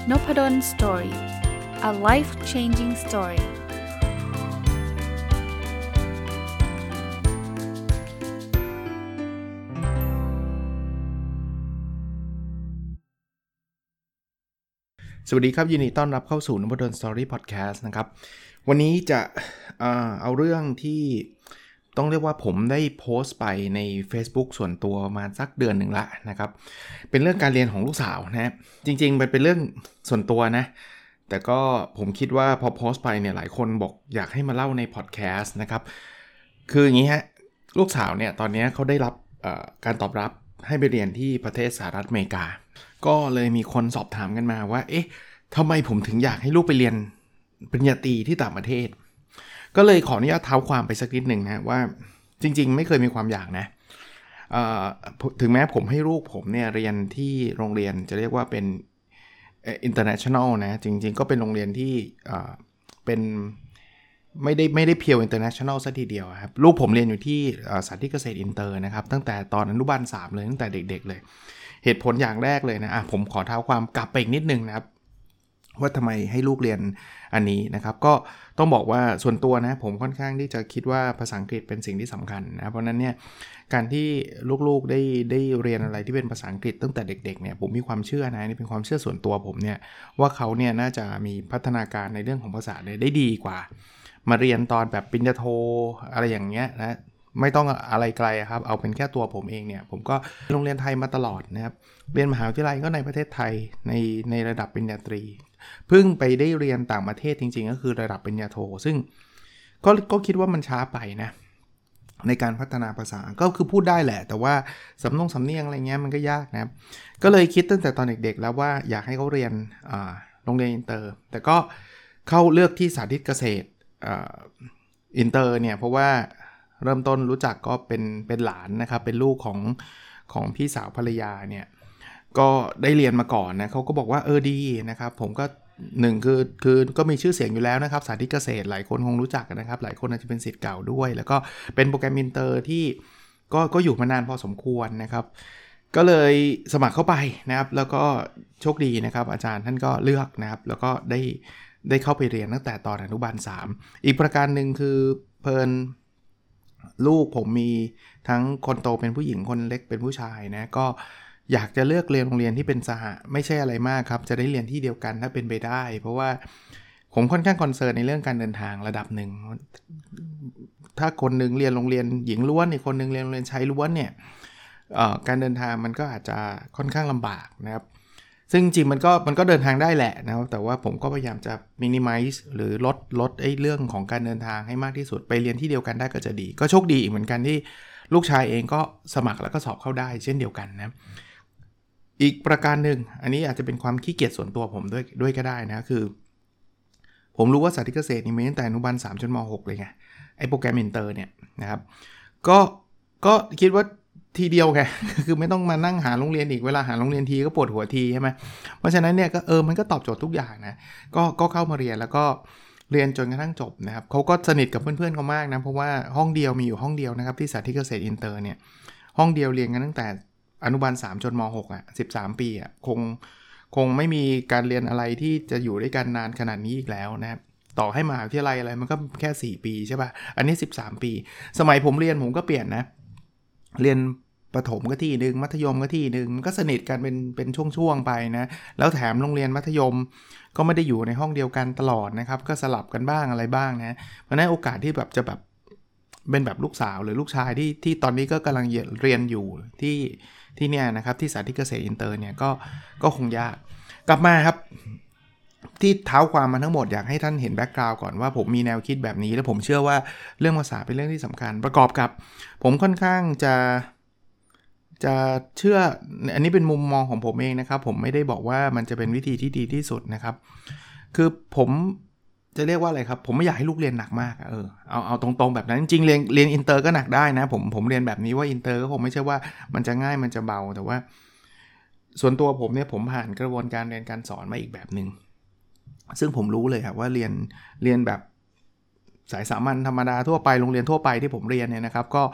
Nopadon Story. A life-changing story. สวัสดีครับยินดีต้อนรับเข้าสู่ Nopadon Story Podcast นะครับวันนี้จะเอาเรื่องที่ต้องเรียกว่าผมได้โพสต์ไปใน Facebook ส่วนตัวมาสักเดือนหนึ่งละนะครับเป็นเรื่องการเรียนของลูกสาวนะจริงๆมันเป็นเรื่องส่วนตัวนะแต่ก็ผมคิดว่าพอโพสต์ไปเนี่ยหลายคนบอกอยากให้มาเล่าในพอดแคสต์นะครับคืออย่างนี้ฮะลูกสาวเนี่ยตอนนี้เขาได้รับการตอบรับให้ไปเรียนที่ประเทศสหรัฐอเมริกาก็เลยมีคนสอบถามกันมาว่าเอ๊ะทำไมผมถึงอยากให้ลูกไปเรียนปริญญาตรีที่ต่างประเทศก็เลยขออนุญาตเท้าความไปสักนิดหนึ่งนะว่าจริงๆไม่เคยมีความอยากนะถึงแม้ผมให้ลูกผมเนี่ยเรียนที่โรงเรียนจะเรียกว่าเป็นinternational นะจริงๆก็เป็นโรงเรียนที่เป็นไม่ได้เพียว international ซะทีเดียวครับลูกผมเรียนอยู่ที่สาธิตเกษตรอินเตอร์นะครับตั้งแต่ตอนอนุบาล3เลยตั้งแต่เด็กๆเลยเหตุผลอย่างแรกเลยนะผมขอเท้าความกลับไปอีกนิดนึงนะครับว่าทำไมให้ลูกเรียนอันนี้นะครับก็ต้องบอกว่าส่วนตัวนะผมค่อนข้างที่จะคิดว่าภาษาอังกฤษเป็นสิ่งที่สำคัญนะเพราะนั้นเนี่ยการที่ลูกๆได้เรียนอะไรที่เป็นภาษาอังกฤษตั้งแต่เด็กๆเนี่ยผมมีความเชื่อนะนี่เป็นความเชื่อส่วนตัวผมเนี่ยว่าเขาเนี่ยน่าจะมีพัฒนาการในเรื่องของภาษาได้ดีกว่ามาเรียนตอนแบบปริญญาโทอะไรอย่างเงี้ยนะไม่ต้องอะไรไกลครับเอาเป็นแค่ตัวผมเองเนี่ยผมก็โรงเรียนไทยมาตลอดนะครับเรียนมหาวิทยาลัยก็ในประเทศไทยในระดับปริญญาตรีเพิ่งไปได้เรียนต่างประเทศจริงๆก็คือระดับปริญญาโทซึ่งก็คิดว่ามันช้าไปนะในการพัฒนาภาษาก็คือพูดได้แหละแต่ว่าสำเนียงอะไรเงี้ยมันก็ยากนะครับก็เลยคิดตั้งแต่ตอนเด็กๆแล้วว่าอยากให้เขาเรียนโรงเรียนอินเตอร์แต่ก็เข้าเลือกที่สาธิตเกษตรอินเตอร์เนี่ยเพราะว่าเริ่มต้นรู้จักก็เป็นหลานนะครับเป็นลูกของพี่สาวภรรยาเนี่ยก็ได้เรียนมาก่อนนะเขาก็บอกว่าดีนะครับผมก็1คือก็มีชื่อเสียงอยู่แล้วนะครับสาธิตเกษตรหลายคนคงรู้จักนะครับหลายคนอาจจะเป็นศิษย์เก่าด้วยแล้วก็เป็นโปรแกรมอินเตอร์ที่ก็อยู่มานานพอสมควรนะครับก็เลยสมัครเข้าไปนะครับแล้วก็โชคดีนะครับอาจารย์ท่านก็เลือกนะครับแล้วก็ได้เข้าไปเรียนตั้งแต่ตอนอนุบาล3อีกประการหนึ่งคือเพลินลูกผมมีทั้งคนโตเป็นผู้หญิงคนเล็กเป็นผู้ชายนะก็อยากจะเลือกเรียนโรงเรียนที่เป็นสหะไม่ใช่อะไรมากครับจะได้เรียนที่เดียวกันถ้าเป็นไปได้เพราะว่าผมค่อนข้างคอนเซิร์นในเรื่องการเดินทางระดับหนึ่งถ้าคนนึงเรียนโรงเรียนหญิงล้วนอีกคนนึงเรียนโรงเรียนชายล้วนเนี่ยการเดินทางมันก็อาจจะค่อนข้างลำบากนะครับซึ่งจริงมันก็เดินทางได้แหละนะแต่ว่าผมก็พยายามจะ minimize หรือลดเรื่องของการเดินทางให้มากที่สุดไปเรียนที่เดียวกันได้ก็จะดีก็โชคดีอีกเหมือนกันที่ลูกชายเองก็สมัครแล้วก็สอบเข้าได้เช่นเดียวกันนะอีกประการหนึ่งอันนี้อาจจะเป็นความขี้เกียจส่วนตัวผมด้วยก็ได้นะคือผมรู้ว่าสาธิตเกษตรนี่มีตั้งแต่อนุบาล3จนม6เลยไงไอ้โปรแกรมอินเตอร์เนี่ยนะครับก็คิดว่าทีเดียวไง คือไม่ต้องมานั่งหาโรงเรียนอีกเวลาหาโรงเรียนทีก็ปวดหัวทีใช่ไหมเพราะฉะนั้นเนี่ยก็มันก็ตอบโจทย์ทุกอย่างนะก็เข้ามาเรียนแล้วก็เรียนจนกระทั่งจบนะครับเขาก็สนิทกับเพื่อนๆเขามากนะเพราะว่าห้องเดียวมีอยู่ห้องเดียวนะครับที่สาธิตเกษตรอินเตอร์เนี่ยห้องเดียวเรียนกันตั้งแต่อนุบาล3จนม6อ่ะ13ปีอ่ะคงไม่มีการเรียนอะไรที่จะอยู่ด้วยกันนานขนาดนี้อีกแล้วนะครับต่อให้มหาวิทยาลัยอะไรมันก็แค่4ปีใช่ป่ะอันนี้13ปีสมัยผมเรียนผมก็เปลี่ยนนะเรียนประถมก็ที่นึงมัธยมก็ที่นึงมันก็สนิทกันเป็นช่วงๆไปนะแล้วแถมโรงเรียนมัธยมก็ไม่ได้อยู่ในห้องเดียวกันตลอดนะครับก็สลับกันบ้างอะไรบ้างนะเพราะฉะนั้นโอกาสที่แบบจะแบบเป็นแบบลูกสาวหรือลูกชายที่ตอนนี้ก็กำลังเรียนอยู่ที่เนี่ยนะครับที่สาธิตเกษตรอินเตอร์เนี่ยก็คงยากกลับมาครับที่เท้าความมาทั้งหมดอยากให้ท่านเห็นแบ็คกราวด์ก่อนว่าผมมีแนวคิดแบบนี้และผมเชื่อว่าเรื่องภาษาเป็นเรื่องที่สำคัญประกอบกับผมค่อนข้างจะเชื่ออันนี้เป็นมุมมองของผมเองนะครับผมไม่ได้บอกว่ามันจะเป็นวิธีที่ดีที่สุดนะครับคือผมจะเรียกว่าอะไรครับผมไม่อยากให้ลูกเรียนหนักมากเอาตรงๆแบบนั้นจริงๆเรียนอินเตอร์ก็หนักได้นะผมเรียนแบบนี้ว่าอินเตอร์ก็คงไม่ใช่ว่ามันจะง่ายมันจะเบาแต่ว่าส่วนตัวผมเนี่ยผมผ่านกระบวนการเรียนการสอนมาอีกแบบนึงซึ่งผมรู้เลยครับว่าเรียนแบบสายสามัญธรรมดาทั่วไปโรงเรียนทั่วไปที่ผมเรียนเนี่ยนะครับ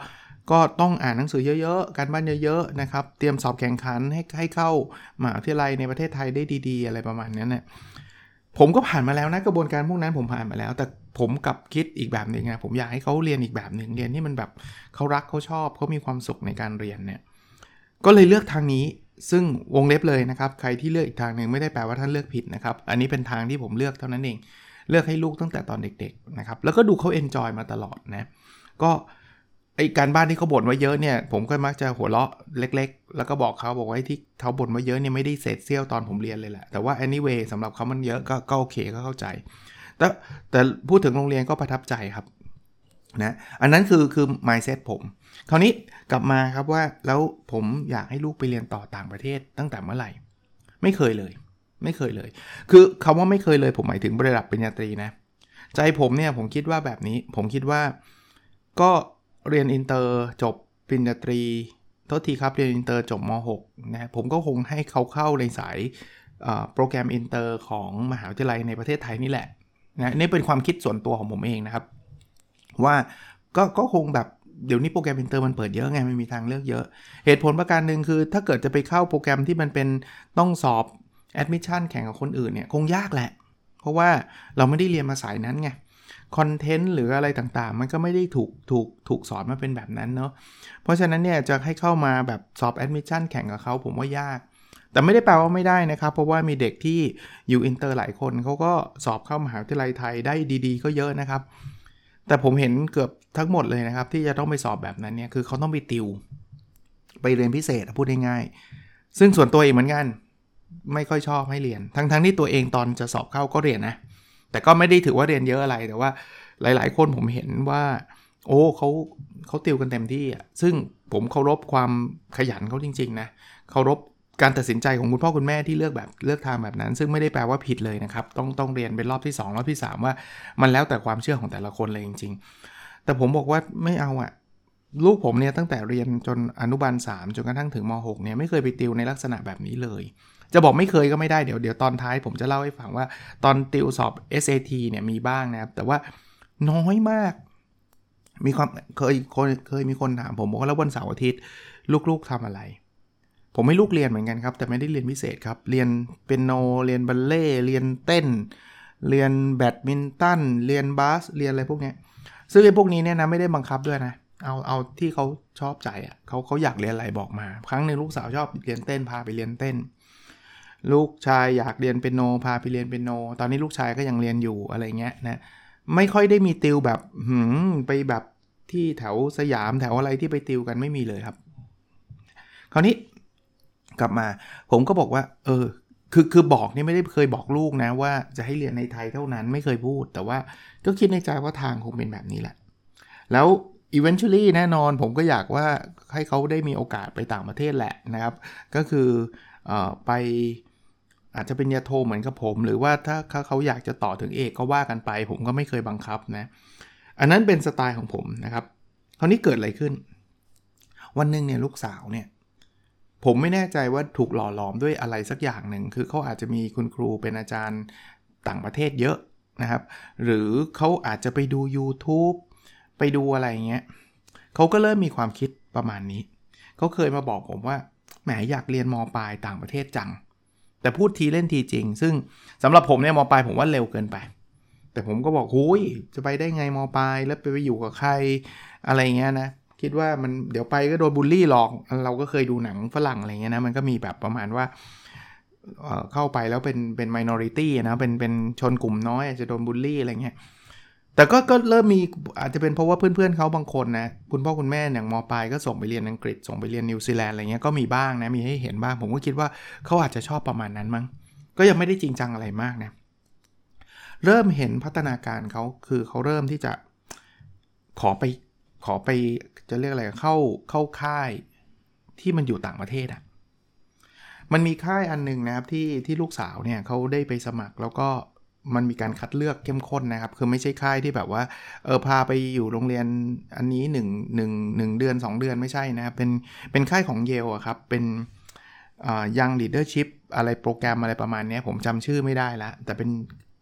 ก็ต้องอ่านหนังสือเยอะๆการบ้านเยอะๆนะครับเตรียมสอบแข่งขันให้เข้ามหาวิทยาลัยในประเทศไทยได้ดีๆอะไรประมาณนั้นเนี่ยผมก็ผ่านมาแล้วนะกระบวนการพวกนั้นผมผ่านมาแล้วแต่ผมกลับคิดอีกแบบนึงนะผมอยากให้เขาเรียนอีกแบบนึงเรียนที่มันแบบเขารักเขาชอบเขามีความสุขในการเรียนเนี่ยก็เลยเลือกทางนี้ซึ่งวงเล็บเลยนะครับใครที่เลือกอีกทางนึงไม่ได้แปลว่าท่านเลือกผิดนะครับอันนี้เป็นทางที่ผมเลือกเท่านั้นเองเลือกให้ลูกตั้งแต่ตอนเด็กๆนะครับแล้วก็ดูเขาเอนจอยมาตลอดนะก็ไอการบ้านที่เขาบ่นว่าเยอะเนี่ยผมก็มักจะหัวเราะเล็กๆแล้วก็บอกเขาบอกว่าที่เขาบ่นว่าเยอะเนี่ยไม่ได้เศษเสี้ยวตอนผมเรียนเลยแหละแต่ว่า anyway สำหรับเขามันเยอะก็โอเคก็เข้าใจแต่พูดถึงโรงเรียนก็ประทับใจครับนะอันนั้นคือ mindset ผมคราวนี้กลับมาครับว่าแล้วผมอยากให้ลูกไปเรียนต่อต่างประเทศตั้งแต่เมื่อไหร่ไม่เคยเลยคือคำว่าไม่เคยเลยผมหมายถึงระดับปริญญาตรีนะใจผมเนี่ยผมคิดว่าแบบนี้ผมคิดว่าก็เรียนอินเตอร์จบปริญญาตรีโทษทีครับเรียนอินเตอร์จบม.6 นะผมก็คงให้เขาเข้าในสายโปรแกรมอินเตอร์ของมหาวิทยาลัยในประเทศไทยนี่แหละนะนี่เป็นความคิดส่วนตัวของผมเองนะครับว่าก็คงแบบเดี๋ยวนี้โปรแกรมอินเตอร์มันเปิดเยอะไงมันมีทางเลือกเยอะเหตุผลประการหนึ่งคือถ้าเกิดจะไปเข้าโปรแกรมที่มันเป็นต้องสอบadmission แข่งกับคนอื่นเนี่ยคงยากแหละเพราะว่าเราไม่ได้เรียนมาสายนั้นไงคอนเทนต์หรืออะไรต่างๆมันก็ไม่ได้ถูกสอนมาเป็นแบบนั้นเนาะเพราะฉะนั้นเนี่ยจะให้เข้ามาแบบสอบ admission แข่งกับเขาผมว่ายากแต่ไม่ได้แปลว่าไม่ได้นะครับเพราะว่ามีเด็กที่อยู่อินเตอร์หลายคนเขาก็สอบเข้ามหาวิทยาลัยไทยได้ดีๆก็เยอะนะครับแต่ผมเห็นเกือบทั้งหมดเลยนะครับที่จะต้องไปสอบแบบนั้นเนี่ยคือเขาต้องไปติวไปเรียนพิเศษพูดง่ายๆซึ่งส่วนตัวเองเหมือนกันไม่ค่อยชอบให้เรียนทั้งที่ตัวเองตอนจะสอบเข้าก็เรียนนะแต่ก็ไม่ได้ถือว่าเรียนเยอะอะไรแต่ว่าหลายๆคนผมเห็นว่าโอ้เขาติวกันเต็มที่อ่ะซึ่งผมเคารพความขยันเขาจริงๆนะเคารพการตัดสินใจของคุณพ่อคุณแม่ที่เลือกทางแบบนั้นซึ่งไม่ได้แปลว่าผิดเลยนะครับต้องเรียนเป็นรอบที่2รอบที่3ว่ามันแล้วแต่ความเชื่อของแต่ละคนเลยจริงๆแต่ผมบอกว่าไม่เอาอ่ะลูกผมเนี่ยตั้งแต่เรียนจนอนุบาล3จนกระทั่งถึงม.6 เนี่ยไม่เคยไปติวในลักษณะแบบนี้เลยจะบอกไม่เคยก็ไม่ได้เดี๋ยวตอนท้ายผมจะเล่าให้ฟังว่าตอนติวสอบ SAT เนี่ยมีบ้างนะครับแต่ว่าน้อยมากมีความเคยมีคนถามผมบอกว่าแล้ววันเสาร์อาทิตย์ลูกๆทำอะไรผมให้ลูกเรียนเหมือนกันครับแต่ไม่ได้เรียนพิเศษครับเรียนเปียโนเรียนบัลเล่เรียนเต้นเรียนแบดมินตันเรียนบาสเรียนอะไรพวกนี้ซึ่งไอ้พวกนี้เนี่ยนะไม่ได้บังคับด้วยนะเอาที่เขาชอบใจอ่ะเขาอยากเรียนอะไรบอกมาครั้งนึงลูกสาวชอบเรียนเต้นพาไปเรียนเต้นลูกชายอยากเรียนเปียโนพาไปเรียนเปียโนตอนนี้ลูกชายก็ยังเรียนอยู่อะไรเงี้ยนะไม่ค่อยได้มีติวแบบไปแบบที่แถวสยามแถวอะไรที่ไปติวกันไม่มีเลยครับคราวนี้กลับมาผมก็บอกว่าคือบอกนี่ไม่ได้เคยบอกลูกนะว่าจะให้เรียนในไทยเท่านั้นไม่เคยพูดแต่ว่าก็คิดในใจว่าทางคงเป็นแบบนี้แหละแล้ว eventually แน่นอนผมก็อยากว่าให้เขาได้มีโอกาสไปต่างประเทศแหละนะครับก็คือไปอาจจะเป็นปริญญาโทเหมือนกับผมหรือว่าถ้าเขาอยากจะต่อถึงเอกก็ว่ากันไปผมก็ไม่เคยบังคับนะอันนั้นเป็นสไตล์ของผมนะครับคราวนี้เกิดอะไรขึ้นวันนึงเนี่ยลูกสาวเนี่ยผมไม่แน่ใจว่าถูกหล่อหลอมด้วยอะไรสักอย่างหนึ่งคือเขาอาจจะมีคุณครูเป็นอาจารย์ต่างประเทศเยอะนะครับหรือเขาอาจจะไปดู YouTube ไปดูอะไรเงี้ยเขาก็เริ่มมีความคิดประมาณนี้เขาเคยมาบอกผมว่าแหมอยากเรียนม.ปลายต่างประเทศจังแต่พูดทีเล่นทีจริงซึ่งสำหรับผมเนี่ยม.ปลายผมว่าเร็วเกินไปแต่ผมก็บอกหุยจะไปได้ไงม.ปลายแล้วไปอยู่กับใครอะไรเงี้ยนะคิดว่ามันเดี๋ยวไปก็โดนบูลลี่หรอกเราก็เคยดูหนังฝรั่งอะไรเงี้ยนะมันก็มีแบบประมาณว่าเข้าไปแล้วเป็น minority นะเป็นชนกลุ่มน้อยอาจจะโดนบูลลี่อะไรเงี้ยแต่ก็เริ่มมีอาจจะเป็นเพราะว่าเพื่อนๆเขาบางคนนะคุณพ่อคุณแม่อย่างม.ปลายก็ส่งไปเรียนอังกฤษส่งไปเรียนนิวซีแลนด์อะไรเงี้ยก็มีบ้างนะมีให้เห็นบ้างผมก็คิดว่าเขาอาจจะชอบประมาณนั้นมั้งก็ยังไม่ได้จริงจังอะไรมากนะเริ่มเห็นพัฒนาการเขาคือเขาเริ่มที่จะขอไปจะเรียกอะไรเข้าค่ายที่มันอยู่ต่างประเทศอ่ะมันมีค่ายอันนึงนะครับที่ลูกสาวเนี่ยเขาได้ไปสมัครแล้วก็มันมีการคัดเลือกเข้มข้นนะครับคือไม่ใช่ค่ายที่แบบว่าพาไปอยู่โรงเรียนอันนี้1เดือน2เดือนไม่ใช่นะครับเป็นค่ายของเยลอะครับเป็นYoung Leadership อะไรโปรแกรมอะไรประมาณนี้ผมจำชื่อไม่ได้ละแต่เป็น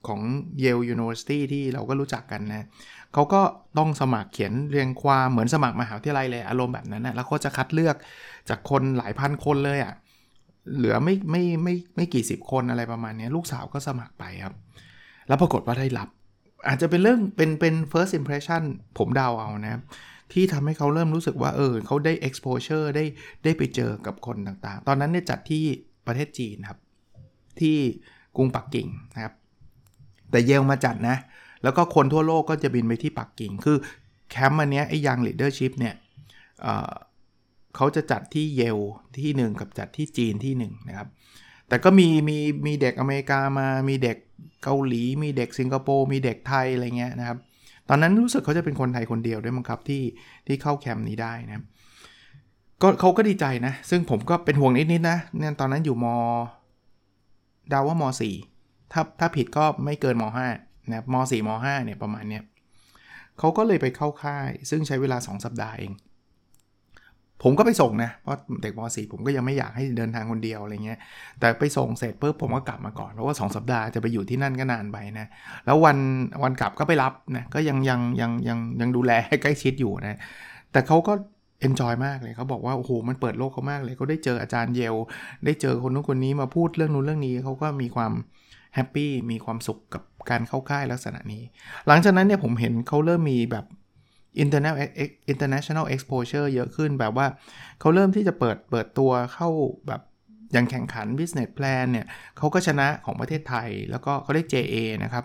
ของ Yale University ที่เราก็รู้จักกันนะเขาก็ต้องสมัครเขียนเรียงความเหมือนสมัครมหาวิทยาลัยเลยอารมณ์แบบนั้นนะแล้วเขาจะคัดเลือกจากคนหลายพันคนเลยเหลือไม่กี่สิบคนอะไรประมาณนี้ลูกสาวก็สมัครไปครับแล้วปรากฏว่าได้รับอาจจะเป็นเรื่องเป็น first impression ผมเดาเอานะที่ทำให้เขาเริ่มรู้สึกว่าเขาได้ exposure ได้ไปเจอกับคนต่างๆตอนนั้นเนี่ยจัดที่ประเทศจีนครับที่กรุงปักกิ่งนะครับแต่เยลมาจัดนะแล้วก็คนทั่วโลกก็จะบินไปที่ปักกิ่งคือแคมป์อันเนี้ยไอ้ Young Leadership เนี่ยเขาจะจัดที่เยลที่1กับจัดที่จีนที่1นะครับแต่ก็มีเด็กอเมริกามามีเด็กเกาหลีมีเด็กสิงคโปร์มีเด็กไทยอะไรเงี้ยนะครับตอนนั้นรู้สึกเขาจะเป็นคนไทยคนเดียวด้วยมั้งครับที่เข้าแคมป์นี้ได้นะก็เขาก็ดีใจนะซึ่งผมก็เป็นห่วงนิดๆนะเนี่ยตอนนั้นอยู่ดาวว่าม.4 ถ้าผิดก็ไม่เกินม.5 นะม.4 ม.5 เนี่ยประมาณเนี้ยเขาก็เลยไปเข้าค่ายซึ่งใช้เวลา2สัปดาห์เองผมก็ไปส่งนะเพราะเด็กม.4 ผมก็ยังไม่อยากให้เดินทางคนเดียวอะไรเงี้ยแต่ไปส่งเสร็จปุ๊บผมก็กลับมาก่อนเพราะว่า2สัปดาห์จะไปอยู่ที่นั่นก็นานไปนะแล้ววันกลับก็ไปรับนะก็ยังดูแลให้ใกล้ชิดอยู่นะแต่เขาก็enjoy มากเลยเขาบอกว่าโอ้โหมันเปิดโลกเขามากเลยเขาได้เจออาจารย์เยลได้เจอคนนู้นคนนี้มาพูดเรื่องนู้นเรื่องนี้เขาก็มีความแฮปปี้มีความสุขกับการเข้าค่ายลักษณะนี้หลังจากนั้นเนี่ยผมเห็นเขาเริ่มมีแบบ international exposure เยอะขึ้นแบบว่าเขาเริ่มที่จะเปิดตัวเข้าแบบอย่างแข่งขัน business plan เนี่ยเขาก็ชนะของประเทศไทยแล้วก็เขาได้ JA นะครับ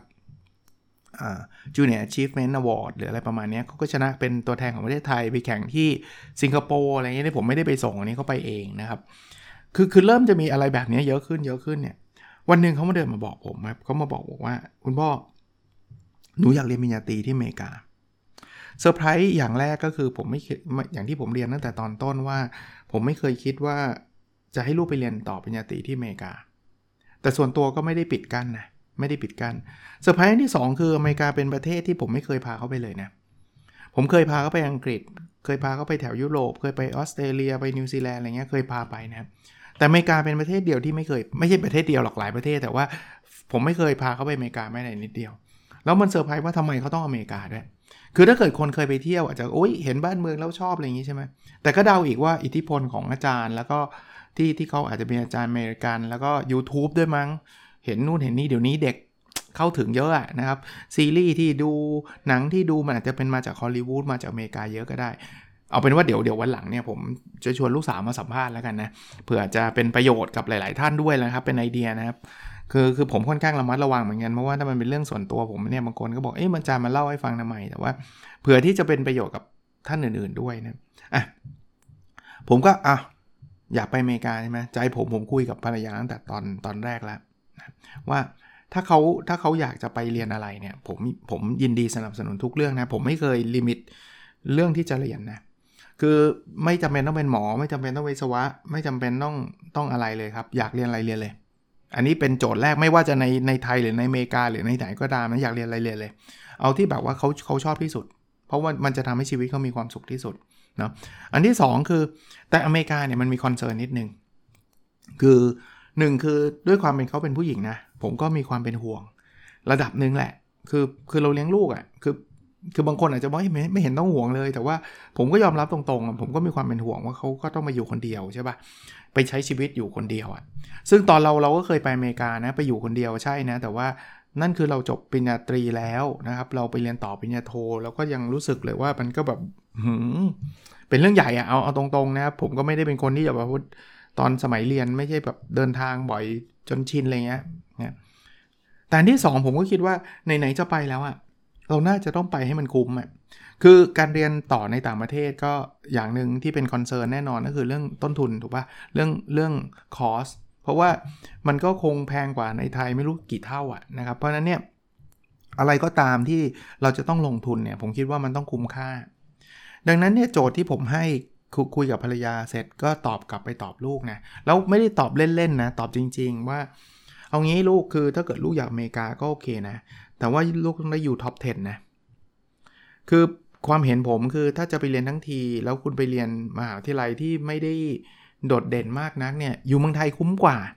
Junior Achievement Award หรืออะไรประมาณนี้เขาก็ชนะเป็นตัวแทนของประเทศไทยไปแข่งที่สิงคโปร์อะไรเงี้ยผมไม่ได้ไปส่งอันนี้เขาไปเองนะครับคือเริ่มจะมีอะไรแบบนี้เยอะขึ้นเนี่ยวันหนึ่งเขามาเดินมาบอกผมครับเขามาบอกว่าคุณพ่อหนูอยากเรียนปริญญาตรีที่อเมริกาเซอร์ไพรส์อย่างแรกก็คือผมไม่อย่างที่ผมเรียนตั้งแต่ตอนต้นว่าผมไม่เคยคิดว่าจะให้ลูกไปเรียนต่อปริญญาตรีที่อเมริกาแต่ส่วนตัวก็ไม่ได้ปิดกั้นนะไม่ได้ปิดกั้นเซอร์ไพรส์ที่2คืออเมริกาเป็นประเทศที่ผมไม่เคยพาเขาไปเลยนะผมเคยพาเขาไปอังกฤษเคยพาเขาไปแถวยุโรปเคยไปออสเตรเลียไปนิวซีแลนด์อะไรเงี้ยเคยพาไปนะแต่อเมริกาเป็นประเทศเดียวที่ไม่ใช่ประเทศเดียวหรอกหลายประเทศแต่ว่าผมไม่เคยพาเขาไปอเมริกาแม้แต่นิดเดียวแล้วมันเซอร์ไพรส์ว่าทำไมเขาต้องอเมริกาด้วยคือถ้าเกิดคนเคยไปเที่ยวอาจจะเห็นบ้านเมืองแล้วชอบอะไรอย่างงี้ใช่ไหมแต่ก็เดาอีกว่าอิทธิพลของอาจารย์แล้วก็ที่เขาอาจจะเป็นอาจารย์อเมริกันแล้วก็ YouTube ด้วยมั้งเห็นนู่นเห็นนี่เดี๋ยวนี้เด็กเข้าถึงเยอะนะครับซีรีส์ที่ดูหนังที่ดูมันอาจจะเป็นมาจากฮอลลีวูดมาจากอเมริกาเยอะก็ได้เอาเป็นว่าเดี๋ยววันหลังเนี่ยผมจะชวนลูกสาวมาสัมภาษณ์แล้วกันนะเผื่อจะเป็นประโยชน์กับหลายๆท่านด้วยนะครับเป็นไอเดียนะครับคือผมค่อนข้างระมัดระวังเหมือนกันเพราะว่าถ้ามันเป็นเรื่องส่วนตัวผมเนี่ยบางคนก็บอกมันจะมาเล่าให้ฟังทำไมแต่ว่าเผื่อที่จะเป็นประโยชน์กับท่านอื่นๆด้วยนะผมก็อยากไปอเมริกาใช่ไหมใจผมคุยกับภรรยาตั้งแต่ตอนแรกแล้วนะว่าถ้าเขาอยากจะไปเรียนอะไรเนี่ยผมยินดีสนับสนุนทุกเรื่องนะผมไม่เคยลิมิตเรื่องที่จะเรียนนะคือไม่จำเป็นต้องเป็นหมอไม่จำเป็นต้องวิศวะไม่จำเป็นต้องอะไรเลยครับอยากเรียนอะไรเรียนเลยอันนี้เป็นโจทย์แรกไม่ว่าจะในไทยหรือในอเมริกาหรือในไหนก็ตามนะอยากเรียนอะไรเรียนเลยเอาที่แบบว่าเขาชอบที่สุดเพราะว่ามันจะทำให้ชีวิตเขามีความสุขที่สุดเนาะอันที่2คือแต่อเมริกาเนี่ยมันมีคอนเซิร์นนิดนึงคือ1คือด้วยความเป็นเขาเป็นผู้หญิงนะผมก็มีความเป็นห่วงระดับนึงแหละคือเราเลี้ยงลูกคือบางคนอาจจะบอกไม่เห็นต้องห่วงเลยแต่ว่าผมก็ยอมรับตรงๆผมก็มีความเป็นห่วงว่าเขาก็ต้องมาอยู่คนเดียวใช่ป่ะไปใช้ชีวิตอยู่คนเดียวซึ่งตอนเราก็เคยไปอเมริกานะไปอยู่คนเดียวใช่นะแต่ว่านั่นคือเราจบปริญญาตรีแล้วนะครับเราไปเรียนต่อปริญญาโทแล้วก็ยังรู้สึกเลยว่ามันก็แบบเป็นเรื่องใหญ่เอาตรงๆนะครับผมก็ไม่ได้เป็นคนที่แบบว่าตอนสมัยเรียนไม่ใช่แบบเดินทางบ่อยจนชินอะไรเงี้ยนะแต่ที่2ผมก็คิดว่าไหนๆจะไปแล้วเราน่าจะต้องไปให้มันคุ้มคือการเรียนต่อในต่างประเทศก็อย่างนึงที่เป็นคอนเซิร์นแน่นอนก็คือเรื่องต้นทุนถูกป่ะเรื่องคอสเพราะว่ามันก็คงแพงกว่าในไทยไม่รู้กี่เท่านะครับเพราะนั้นเนี่ยอะไรก็ตามที่เราจะต้องลงทุนเนี่ยผมคิดว่ามันต้องคุ้มค่าดังนั้นเนี่ยโจทย์ที่ผมให้คุยกับภรรยาเสร็จก็ตอบกลับไปตอบลูกนะแล้วไม่ได้ตอบเล่นๆนะตอบจริงๆว่าเอางี้ลูกคือถ้าเกิดลูกอยากอเมริกาก็โอเคนะแต่ว่าลูกต้องได้อยู่ท็อป 10 นะคือความเห็นผมคือถ้าจะไปเรียนทั้งทีแล้วคุณไปเรียนมหาวิทยาลัยที่ไม่ได้โดดเด่นมากนักเนี่ยอยู่เมืองไทยคุ้มกว่า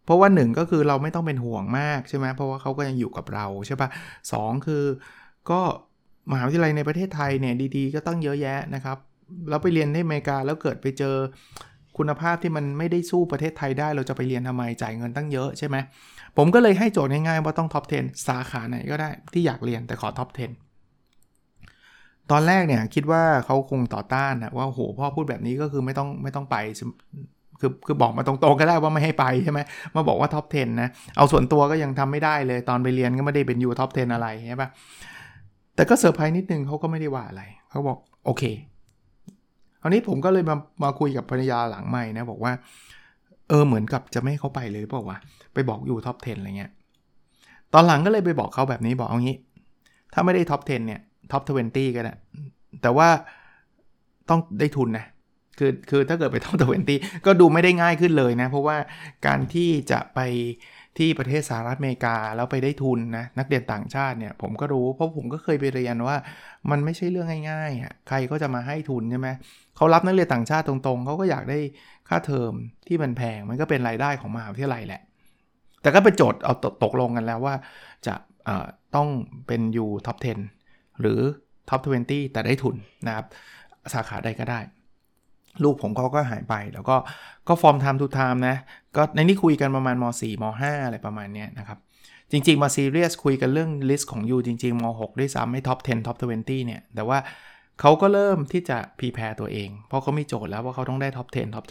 เพราะว่า1ก็คือเราไม่ต้องเป็นห่วงมากใช่ไหมเพราะว่าเขาก็ยังอยู่กับเราใช่ปะ2คือก็มหาวิทยาลัยในประเทศไทยเนี่ยดีๆก็ต้องเยอะแยะนะครับเราไปเรียนที่อเมริกาแล้วเกิดไปเจอคุณภาพที่มันไม่ได้สู้ประเทศไทยได้เราจะไปเรียนทำไมจ่ายเงินตั้งเยอะใช่ไหมผมก็เลยให้โจทย์ง่ายๆว่าต้องท็อป 10 สาขาไหนก็ได้ที่อยากเรียนแต่ขอท็อป 10 ตอนแรกเนี่ยคิดว่าเขาคงต่อต้านนะว่าโหพ่อพูดแบบนี้ก็คือไม่ต้องไปคือบอกมาตรงๆก็ได้ว่าไม่ให้ไปใช่ไหมมาบอกว่าท็อป 10 นะเอาส่วนตัวก็ยังทำไม่ได้เลยตอนไปเรียนก็ไม่ได้เป็นยูท็อป 10 อะไรใช่ปะแต่ก็เซอร์ไพรส์นิดนึงเขาก็ไม่ได้ว่าอะไรเขาบอกโอเคคราวนี้ผมก็เลยมาคุยกับภรรยาหลังใหม่นะบอกว่าเหมือนกับจะไม่ให้เขาไปเลยหรือเปล่าวะไปบอกอยู่ท็อป 10 อะไรเงี้ยตอนหลังก็เลยไปบอกเขาแบบนี้บอกเอางี้ถ้าไม่ได้ท็อป 10 เนี่ยท็อป 20 ก็ได้แต่ว่าต้องได้ทุนนะคือถ้าเกิดไปท็อป 20 ก็ดูไม่ได้ง่ายขึ้นเลยนะเพราะว่าการที่จะไปที่ประเทศสหรัฐอเมริกาแล้วไปได้ทุนนะนักเรียนต่างชาติเนี่ยผมก็รู้เพราะผมก็เคยไปเรียนว่ามันไม่ใช่เรื่องง่ายๆอ่ะใครก็จะมาให้ทุนใช่ไหมเขารับนักเรียนต่างชาติตรงๆเขาก็อยากได้ค่าเทอมที่มันแพงมันก็เป็นรายได้ของมหาวิทยาลัยแหละแต่ก็เป็นโจทย์เอาตกลงกันแล้วว่าจะต้องเป็นอยู่ท็อป 10 หรือท็อป 20 แต่ได้ทุนนะครับสาขาใดก็ได้ลูกผมเขาก็หายไปแล้วก็ฟอร์มไทม์ทูไทม์นะก็ในนี้คุยกันประมาณม.4 ม.5 อะไรประมาณนี้นะครับจริงๆมาซีเรียสคุยกันเรื่องลิสต์ของยูจริงๆม.6 ด้วยซ้ำให้ท็อป 10 ท็อป 20 เนี่ยแต่ว่าเขาก็เริ่มที่จะพรีแพร์ตัวเองเพราะเขามีโจทย์แล้วว่าเขาต้องได้ท็อป 10 ท็อป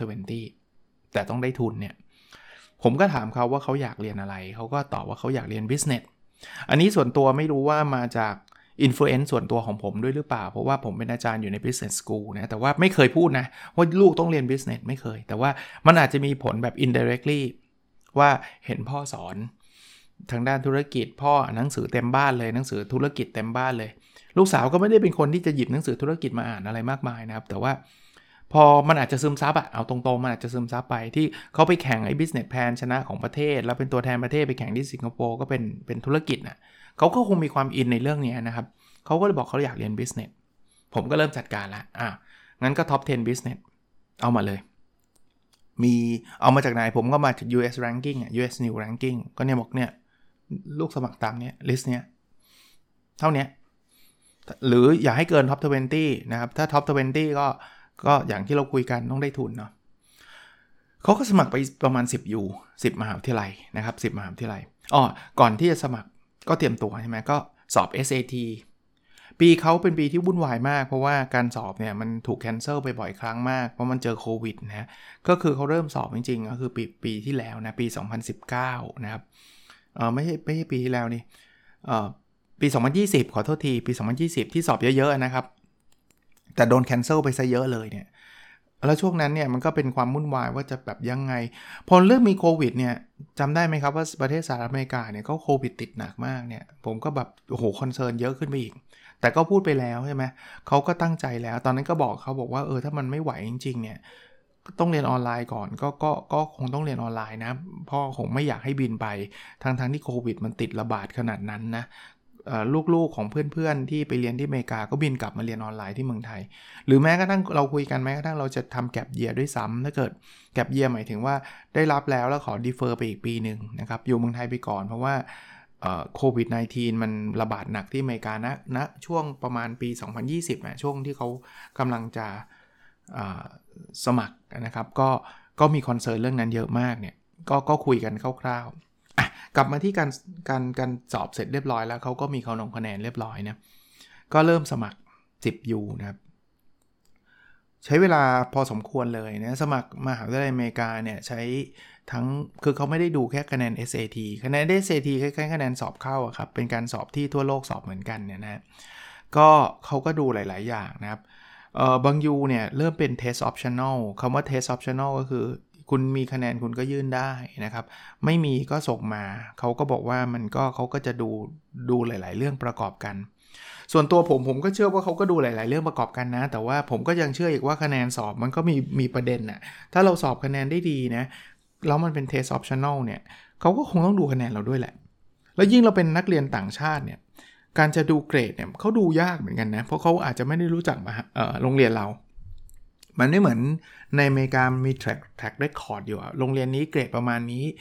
20 แต่ต้องได้ทุนเนี่ยผมก็ถามเขาว่าเขาอยากเรียนอะไรเขาก็ตอบว่าเขาอยากเรียน business อันนี้ส่วนตัวไม่รู้ว่ามาจากinfluence ส่วนตัวของผมด้วยหรือเปล่าเพราะว่าผมเป็นอาจารย์อยู่ใน business school นะแต่ว่าไม่เคยพูดนะว่าลูกต้องเรียน business ไม่เคยแต่ว่ามันอาจจะมีผลแบบ indirectly ว่าเห็นพ่อสอนทางด้านธุรกิจพ่อหนังสือเต็มบ้านเลยหนังสือธุรกิจเต็มบ้านเลยลูกสาวก็ไม่ได้เป็นคนที่จะหยิบหนังสือธุรกิจมาอ่านอะไรมากมายนะครับแต่ว่าพอมันอาจจะซึมซับเอาตรงๆมันอาจจะซึมซับไปที่เขาไปแข่งไอ้ business plan ชนะของประเทศแล้วเป็นตัวแทนประเทศไปแข่งที่สิงคโปร์ก็เป็นธุรกิจนะเขาก็คงมีความอินในเรื่องนี้นะครับเขาก็เลยบอกเขาอยากเรียน business ผมก็เริ่มจัดการแล้วงั้นก็ top 10 business เอามาเลยมีเอามาจากไหนผมก็มาจาก US ranking US New ranking ก็เนี่ยบอกเนี่ยลูกสมัครตามเนี่ย list เนี้ยเท่านี้หรืออย่าให้เกิน top 20 นะครับถ้า top 20 ก็อย่างที่เราคุยกันต้องได้ทุนเนาะเขาก็สมัครไปประมาณ10 มหาวิทยาลัยนะครับ10 มหาวิทยาลัยก่อนที่จะสมัครก็เตรียมตัวใช่ไหมก็สอบ SAT ปีเขาเป็นปีที่วุ่นวายมากเพราะว่าการสอบเนี่ยมันถูกแคนเซิลไปบ่อยครั้งมากเพราะมันเจอโควิดนะก็คือเขาเริ่มสอบจริงๆก็คือปีที่แล้วนะปี2019นะครับไม่ใช่ปีที่แล้วนี่ปี2020ขอโทษทีปี2020ที่สอบเยอะๆนะครับแต่โดนแคนเซิลไปซะเยอะเลยเนี่ยแล้วช่วงนั้นเนี่ยมันก็เป็นความวุ่นวายว่าจะแบบยังไงพอเริ่มมีโควิดเนี่ยจำได้ไหมครับว่าประเทศสหรัฐอเมริกาเนี่ยเขาโควิดติดหนักมากเนี่ยผมก็แบบโอ้โหคอนเซิร์นเยอะขึ้นไปอีกแต่ก็พูดไปแล้วใช่ไหมเขาก็ตั้งใจแล้วตอนนั้นก็บอกเขาบอกว่าถ้ามันไม่ไหวจริงๆเนี่ยต้องเรียนออนไลน์ก่อนก็คงต้องเรียนออนไลน์นะพ่อคงไม่อยากให้บินไปทั้งที่โควิดมันติดระบาดขนาดนั้นนะลูกๆของเพื่อนๆที่ไปเรียนที่อเมริกาก็บินกลับมาเรียนออนไลน์ที่เมืองไทยหรือแม้กระทั่งเราคุยกันแม้กระทั่งเราจะทำแก็ปเยียร์ด้วยซ้ำถ้าเกิดแก็ปเยียร์หมายถึงว่าได้รับแล้วขอดีเฟอร์ไปอีกปีนึงนะครับอยู่เมืองไทยไปก่อนเพราะว่าโควิด -19 มันระบาดหนักที่อเมริกานะช่วงประมาณปี2020ช่วงที่เขากำลังจะสมัครนะครับก็มีคอนเซิร์นเรื่องนั้นเยอะมากเนี่ยก็คุยกันคร่าวๆกลับมาที่การสอบเสร็จเรียบร้อยแล้วเขาก็มีคะแนนเรียบร้อยนะก็เริ่มสมัคร10U นะครับใช้เวลาพอสมควรเลยนะสมัครมหาวิทยาลัยอเมริกาเนี่ยใช้ทั้งคือเขาไม่ได้ดูแค่คะแนน SAT คะแนน SAT คล้ายๆคะแนนสอบเข้าครับเป็นการสอบที่ทั่วโลกสอบเหมือนกันเนี่ยนะก็เขาก็ดูหลายๆอย่างนะครับบาง U เนี่ยเริ่มเป็น test optional คำว่า test optional ก็คือคุณมีคะแนนคุณก็ยื่นได้นะครับไม่มีก็ส่งมาเขาก็บอกว่าเขาก็จะดูหลายๆเรื่องประกอบกันส่วนตัวผมก็เชื่อว่าเขาก็ดูหลายๆเรื่องประกอบกันนะแต่ว่าผมก็ยังเชื่ออีกว่าคะแนนสอบมันก็มีประเด็นน่ะถ้าเราสอบคะแนนได้ดีนะแล้วมันเป็น test optional เนี่ยเขาก็คงต้องดูคะแนนเราด้วยแหละแล้วยิ่งเราเป็นนักเรียนต่างชาติเนี่ยการจะดูเกรดเนี่ยเขาดูยากเหมือนกันนะเพราะเขาอาจจะไม่ได้รู้จักโรงเรียนเรามันไม่เหมือนในอเมริกามี track record อยู่โรงเรียนนี้เกรดประมาณนี้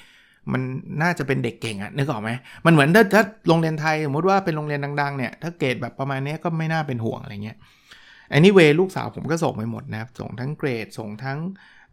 มันน่าจะเป็นเด็กเก่งอะนึกออกไหมมันเหมือนถ้าโรงเรียนไทยสมมติว่าเป็นโรงเรียนดังๆเนี่ยถ้าเกรดแบบประมาณนี้ก็ไม่น่าเป็นห่วงอะไรเงี้ยanyway ลูกสาวผมก็ส่งไปหมดนะครับส่งทั้งเกรดส่งทั้ง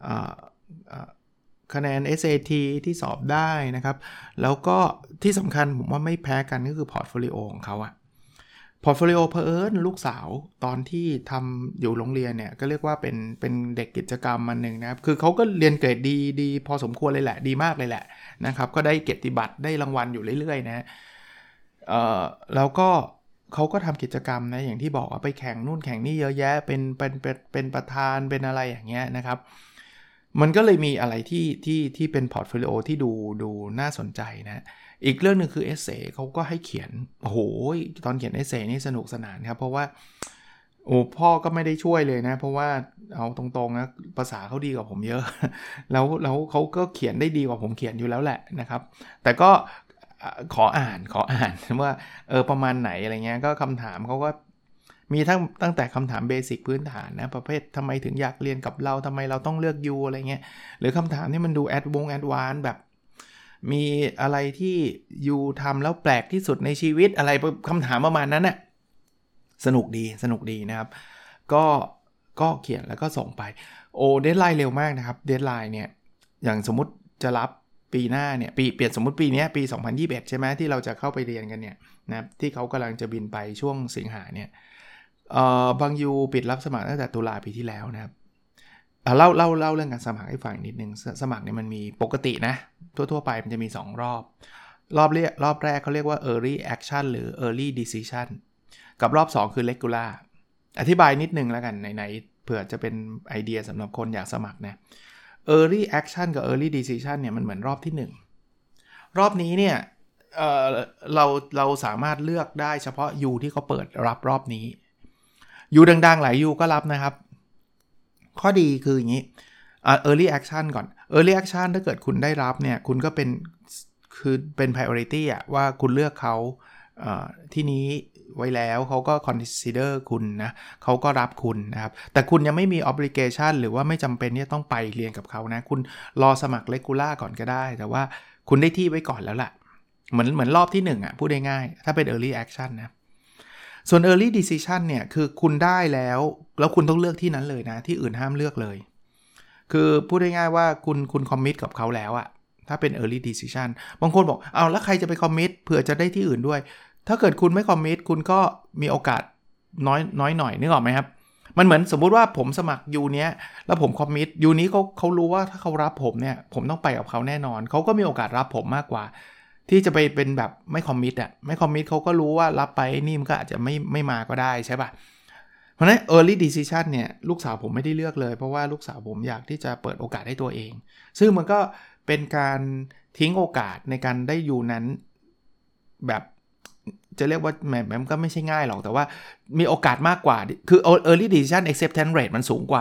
คะแนน SAT ที่สอบได้นะครับแล้วก็ที่สำคัญผมว่าไม่แพ้กันก็คือพอร์ตโฟลิโอของเขาอะพอร์ตโฟลิโอเผอิญลูกสาวตอนที่ทำอยู่โรงเรียนเนี่ยก็เรียกว่าเป็นเด็กกิจกรรมมันหนึ่งนะครับคือเขาก็เรียนเกรดดีพอสมควรเลยแหละดีมากเลยแหละนะครับก็ได้เกียรติบัตรได้รางวัลอยู่เรื่อยๆนะแล้วก็เขาก็ทำกิจกรรมนะอย่างที่บอกว่าไปแข่งนู่นแข่งนี่เยอะแยะเป็นประธานเป็นอะไรอย่างเงี้ยนะครับมันก็เลยมีอะไรที่เป็นพอร์ตโฟลิโอที่ดูน่าสนใจนะอีกเรื่องนึงคือเอเซ่เขาก็ให้เขียนโอ้โหตอนเขียนเอเซ่นี่สนุกสนานครับเพราะว่าพ่อก็ไม่ได้ช่วยเลยนะเพราะว่าเอาตรงๆนะภาษาเขาดีกว่าผมเยอะแล้วเขาก็เขียนได้ดีกว่าผมเขียนอยู่แล้วแหละนะครับแต่ก็ขออ่านว่าประมาณไหนอะไรเงี้ยก็คำถามเขาก็มีตั้งแต่คำถามเบสิกพื้นฐานนะประเภททำไมถึงอยากเรียนกับเราทำไมเราต้องเลือกยูอะไรเงี้ยหรือคำถามที่มันดูแอดวานซ์แบบมีอะไรที่ยูทำแล้วแปลกที่สุดในชีวิตอะไรคำถามประมาณนั้นน่ะสนุกดีนะครับก็เขียนแล้วก็ส่งไปเดดไลน์เร็วมากนะครับเดดไลน์เนี่ยอย่างสมมุติจะรับปีหน้าเนี่ยเปลี่ยนสมมุติปีนี้ปี2021ใช่ไหมที่เราจะเข้าไปเรียนกันเนี่ยนะที่เขากำลังจะบินไปช่วงสิงหาเนี่ยบางยูปิดรับสมัครตั้งแต่ตุลาปีที่แล้วนะครับเล่าเรื่องการสมัครให้ฟังนิดนึงสมัครเนี่ยมันมีปกตินะทั่วไปมันจะมี2รอบแรกเขาเรียกว่า early action หรือ early decision กับรอบ2คือ regular อธิบายนิดนึงแล้วกันไหนเผื่อจะเป็นไอเดียสำหรับคนอยากสมัครนะ early action กับ early decision เนี่ยมันเหมือนรอบที่1รอบนี้เนี่ยเราสามารถเลือกได้เฉพาะยูที่เขาเปิดรับรอบนี้ยูดังๆหลายยูก็รับนะครับข้อดีคืออย่างนี้ early action ก่อน early action ถ้าเกิดคุณได้รับเนี่ยคุณก็เป็น priority อะว่าคุณเลือกเขาที่นี้ไว้แล้วเขาก็ consider คุณนะเขาก็รับคุณนะครับแต่คุณยังไม่มี obligation หรือว่าไม่จำเป็นที่ต้องไปเรียนกับเขานะคุณรอสมัคร regular ก่อนก็ได้แต่ว่าคุณได้ที่ไว้ก่อนแล้วล่ะเหมือนรอบที่1อ่ะพูดง่ายๆถ้าเป็น early action นะส่วน early decision เนี่ยคือคุณได้แล้วคุณต้องเลือกที่นั้นเลยนะที่อื่นห้ามเลือกเลยคือพูดง่ายๆว่าคุณ commit กับเขาแล้วอะถ้าเป็น early decision บางคนบอกเอาแล้วใครจะไป commit เผื่อจะได้ที่อื่นด้วยถ้าเกิดคุณไม่ commit คุณก็มีโอกาสน้อยหน่อยนึกออกไหมครับมันเหมือนสมมุติว่าผมสมัครยูเนี้ยแล้วผม commit ยูนี้เขารู้ว่าถ้าเขารับผมเนี่ยผมต้องไปกับเขาแน่นอนเขาก็มีโอกาสรับผมมากกว่าที่จะไปเป็นแบบไม่คอมมิตอ่ะไม่คอมมิตเขาก็รู้ว่ารับไปนี่มันก็อาจจะไม่มาก็ได้ใช่ป่ะเพราะฉะนั้น early decision เนี่ยลูกสาวผมไม่ได้เลือกเลยเพราะว่าลูกสาวผมอยากที่จะเปิดโอกาสให้ตัวเองซึ่งมันก็เป็นการทิ้งโอกาสในการได้อยู่นั้นแบบจะเรียกว่ามันก็ไม่ใช่ง่ายหรอกแต่ว่ามีโอกาสมากกว่าคือ early decision acceptance rate มันสูงกว่า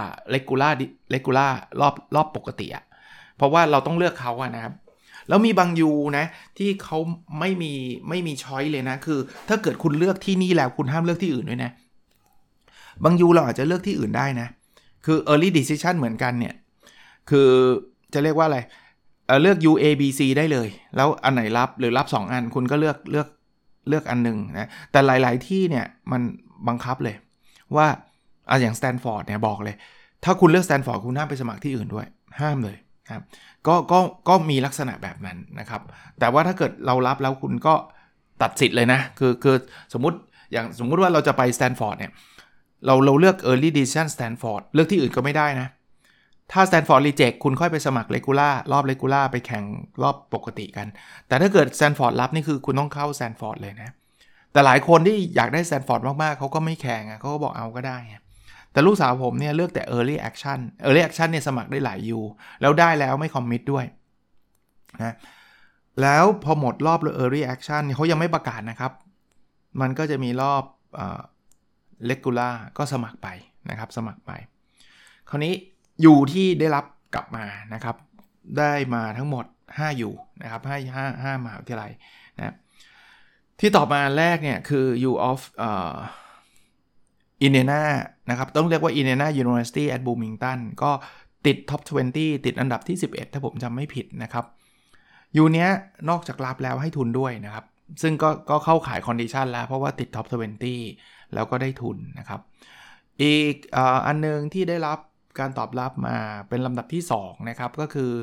regular รอบปกติอะเพราะว่าเราต้องเลือกเขาอะนะครับแล้วมีบางยูนะที่เขาไม่มีช้อยเลยนะคือถ้าเกิดคุณเลือกที่นี่แล้วคุณห้ามเลือกที่อื่นด้วยนะบางยูเราอาจจะเลือกที่อื่นได้นะคือ early decision เหมือนกันเนี่ยคือจะเรียกว่าอะไรเลือก U A B C ได้เลยแล้วอันไหนรับหรือรับ2อันคุณก็เลือกอันนึงนะแต่หลายๆที่เนี่ยมันบังคับเลยว่าอย่าง Stanford เนี่ยบอกเลยถ้าคุณเลือก Stanford คุณห้ามไปสมัครที่อื่นด้วยห้ามเลยครับก็มีลักษณะแบบนั้นนะครับแต่ว่าถ้าเกิดเรารับแล้วคุณก็ตัดสิทธิ์เลยนะคือสมมุติว่าเราจะไป Stanford เนี่ยเราเลือก early decision Stanford เลือกที่อื่นก็ไม่ได้นะถ้า Stanford reject คุณค่อยไปสมัคร regular รอบ regular ไปแข่งรอบปกติกันแต่ถ้าเกิด Stanford รับนี่คือคุณต้องเข้า Stanford เลยนะแต่หลายคนที่อยากได้ Stanford มากๆเขาก็ไม่แข่งเขาก็บอกเอาก็ได้แต่ลูกสาวผมเนี่ยเลือกแต่ early action เนี่ยสมัครได้หลายยูแล้วได้แล้วไม่ commit ด้วยนะแล้วพอหมดรอบ early action เขายังไม่ประกาศนะครับมันก็จะมีรอบregular ก็สมัครไปนะครับสมัครไปคราวนี้ยูที่ได้รับกลับมานะครับได้มาทั้งหมด5ยูนะครับ5มหาวิทยาลัยนะที่ตอบมาแรกเนี่ยคือ U of Indiana นะครับต้องเรียกว่า Indiana University at Bloomington ก็ติด Top 20 ติดอันดับที่11ถ้าผมจำไม่ผิดนะครับยูเนี้ยนอกจากรับแล้วให้ทุนด้วยนะครับซึ่งก็เข้าขายคอนดิชันแล้วเพราะว่าติดท็อป20แล้วก็ได้ทุนนะครับอีกอันนึงที่ได้รับการตอบรับมาเป็นลำดับที่2นะครับก็คือ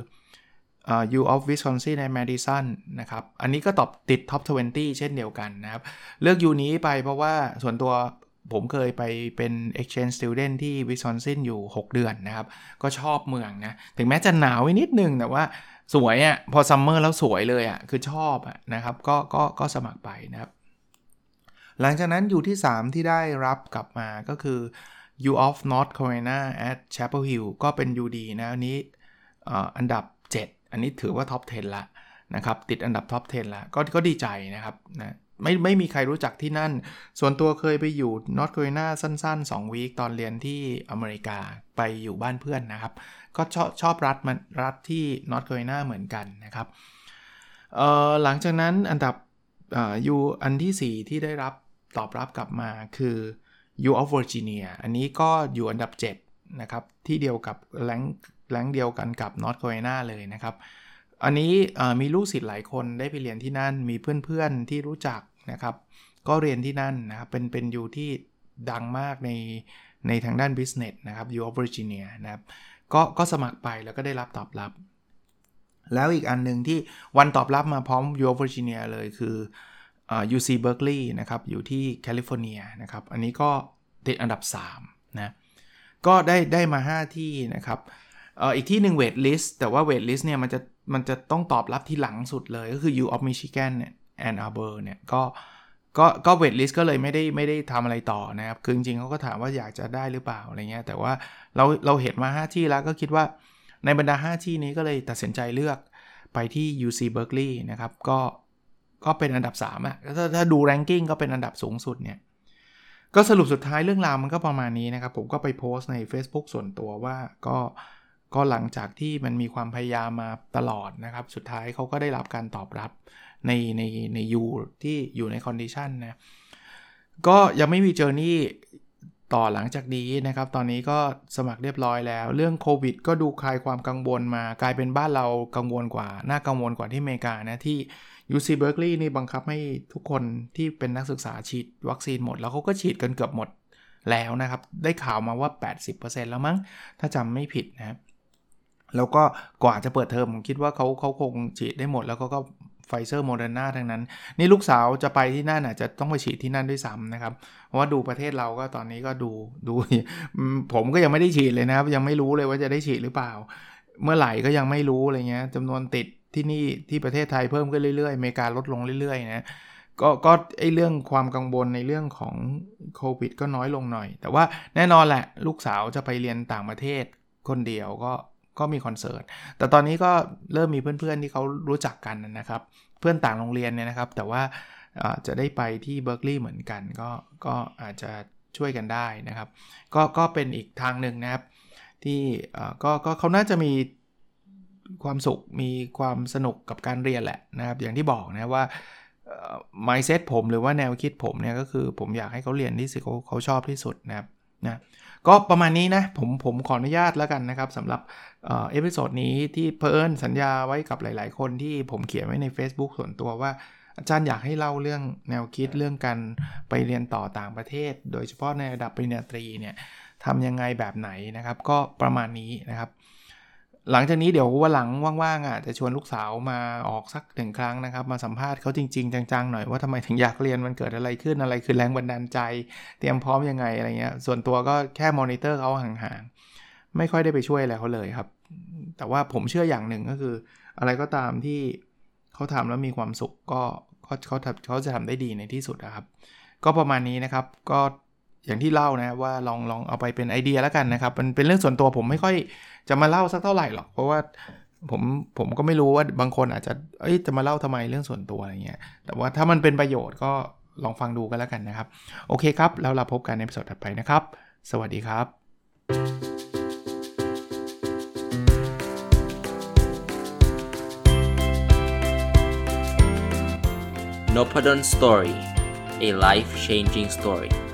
U of Wisconsin and Madison นะครับอันนี้ก็ติดท็อป20เช่นเดียวกันนะครับเลือก U นี้ไปเพราะว่าส่วนตัวผมเคยไปเป็น exchange student ที่ Wisconsin อยู่6เดือนนะครับก็ชอบเมืองนะถึงแม้จะหนาวนิดนึงแต่ว่าสวยอ่ะพอซัมเมอร์แล้วสวยเลยอ่ะคือชอบอ่ะนะครับก็สมัครไปนะครับหลังจากนั้นอยู่ที่3ที่ได้รับกลับมาก็คือ U of North Carolina at Chapel Hill ก็เป็น UD นะอันนี้อันดับ7อันนี้ถือว่าท็อป10ละนะครับติดอันดับท็อป10ละก็ดีใจนะครับนะไม่มีใครรู้จักที่นั่นส่วนตัวเคยไปอยู่ North Carolina สั้นๆ2วีคตอนเรียนที่อเมริกาไปอยู่บ้านเพื่อนนะครับก็ชอบรัฐที่ North Carolina เหมือนกันนะครับหลังจากนั้นอันดับU อันที่4ที่ได้รับตอบรับกลับมาคือ U of Virginia อันนี้ก็อยู่อันดับ7นะครับที่เดียวกับแรงเดียวกันกับ North Carolina เลยนะครับอันนี้มีลูกศิษย์หลายคนได้ไปเรียนที่นั่นมีเพื่อนๆที่รู้จักนะครับก็เรียนที่นั่นนะครับเป็นUที่ดังมากในทางด้าน business นะครับ U of Virginia นะครับก็สมัครไปแล้วก็ได้รับตอบรับแล้วอีกอันนึงที่วันตอบรับมาพร้อม U of Virginia เลยคือUC Berkeley นะครับอยู่ที่แคลิฟอร์เนียนะครับอันนี้ก็ติดอันดับ3นะก็ได้มา5ที่นะครับอีกที่หนึ่ง wait list แต่ว่า wait list เนี่ยมันจะต้องตอบรับที่หลังสุดเลยก็คือ U of Michigan Ann Arbor เนี่ยก็ wait list ก็เลยไม่ได้ทำอะไรต่อนะครับคือจริงๆเขาก็ถามว่าอยากจะได้หรือเปล่าอะไรเงี้ยแต่ว่าเราเห็นมา5ที่แล้วก็คิดว่าในบรรดา5ที่นี้ก็เลยตัดสินใจเลือกไปที่ UC Berkeley นะครับก็เป็นอันดับ3อ่ะถ้าดู ranking ก็เป็นอันดับสูงสุดเนี่ยก็สรุปสุดท้ายเรื่องราวมันก็ประมาณนี้นะครับผมก็ไปโพสต์ใน Facebook ส่วนตัวว่าก็หลังจากที่มันมีความพยายามมาตลอดนะครับสุดท้ายเขาก็ได้รับการตอบรับในยูที่อยู่ในคอนดิชันนะก็ยังไม่มีเจอร์นี่ต่อหลังจากนี้นะครับตอนนี้ก็สมัครเรียบร้อยแล้วเรื่องโควิดก็ดูคลายความกังวลมากลายเป็นบ้านเรากังวลกว่าน่ากังวลกว่าที่อเมริกานะที่ UC Berkeley นี่บังคับให้ทุกคนที่เป็นนักศึกษาฉีดวัคซีนหมดแล้วเขาก็ฉีดกันเกือบหมดแล้วนะครับได้ข่าวมาว่า 80% แล้วมั้งถ้าจำไม่ผิดนะครับแล้วก็กว่าจะเปิดเทอมผมคิดว่าเขาคงฉีดได้หมดแล้วก็ไฟเซอร์โมเดอร์นาทั้งนั้นนี่ลูกสาวจะไปที่นั่นอาจจะต้องไปฉีดที่นั่นด้วยซ้ำนะครับเพราะว่าดูประเทศเราก็ตอนนี้ก็ดูผมก็ยังไม่ได้ฉีดเลยนะครับยังไม่รู้เลยว่าจะได้ฉีดหรือเปล่าเมื่อไหร่ก็ยังไม่รู้อะไรเงี้ยจำนวนติดที่นี่ที่ประเทศไทยเพิ่มขึ้นเรื่อยๆอเมริกาลดลงเรื่อยๆนะก็ไอเรื่องความกังวลในเรื่องของโควิดก็น้อยลงหน่อยแต่ว่าแน่นอนแหละลูกสาวจะไปเรียนต่างประเทศคนเดียวก็มีคอนเสิร์ตแต่ตอนนี้ก็เริ่มมีเพื่อนๆที่เขารู้จักกันนะครับเพื่อนต่างโรงเรียนเนี่ยนะครับแต่ว่าจะได้ไปที่เบิร์กลีย์เหมือนกันก็อาจจะช่วยกันได้นะครับก็เป็นอีกทางหนึ่งนะครับที่ก็เขาน่าจะมีความสุขมีความสนุกกับการเรียนแหละนะครับอย่างที่บอกนะว่าmindset ผมหรือว่าแนวคิดผมเนี่ยก็คือผมอยากให้เขาเรียนที่สิ่งเขาชอบที่สุดนะครับนะก็ประมาณนี้นะผมขออนุญาตแล้วกันนะครับสำหรับเอพิโซดนี้ที่เพิ่นสัญญาไว้กับหลายๆคนที่ผมเขียนไว้ใน Facebook ส่วนตัวว่าอาจารย์อยากให้เล่าเรื่องแนวคิดเรื่องการไปเรียนต่อต่างประเทศโดยเฉพาะในระดับปริญญาตรีเนี่ยทำยังไงแบบไหนนะครับก็ประมาณนี้นะครับหลังจากนี้เดี๋ยววันหลังว่างๆจะชวนลูกสาวมาออกสัก1ครั้งนะครับมาสัมภาษณ์เขาจริงๆจังๆหน่อยว่าทำไมถึงอยากเรียนมันเกิดอะไรขึ้นอะไรคือแรงบันดาลใจเตรียมพร้อมยังไงอะไรเงี้ยส่วนตัวก็แค่มอนิเตอร์เขาห่างๆไม่ค่อยได้ไปช่วยอะไรเขาเลยครับแต่ว่าผมเชื่ออย่างหนึ่งก็คืออะไรก็ตามที่เขาทำแล้วมีความสุขก็เขาจะทำได้ดีในที่สุดนะครับก็ประมาณนี้นะครับก็อย่างที่เล่านะว่าลองเอาไปเป็นไอเดียแล้วกันนะครับมันเป็นเรื่องส่วนตัวผมไม่ค่อยจะมาเล่าสักเท่าไหร่หรอกเพราะว่าผมก็ไม่รู้ว่าบางคนอาจจะจะมาเล่าทำไมเรื่องส่วนตัวอะไรเงี้ยแต่ว่าถ้ามันเป็นประโยชน์ก็ลองฟังดูกันแล้วกันนะครับโอเคครับแล้วเราพบกันในตอนถัดไปนะครับสวัสดีครับ Nopadon Story, a life-changing story.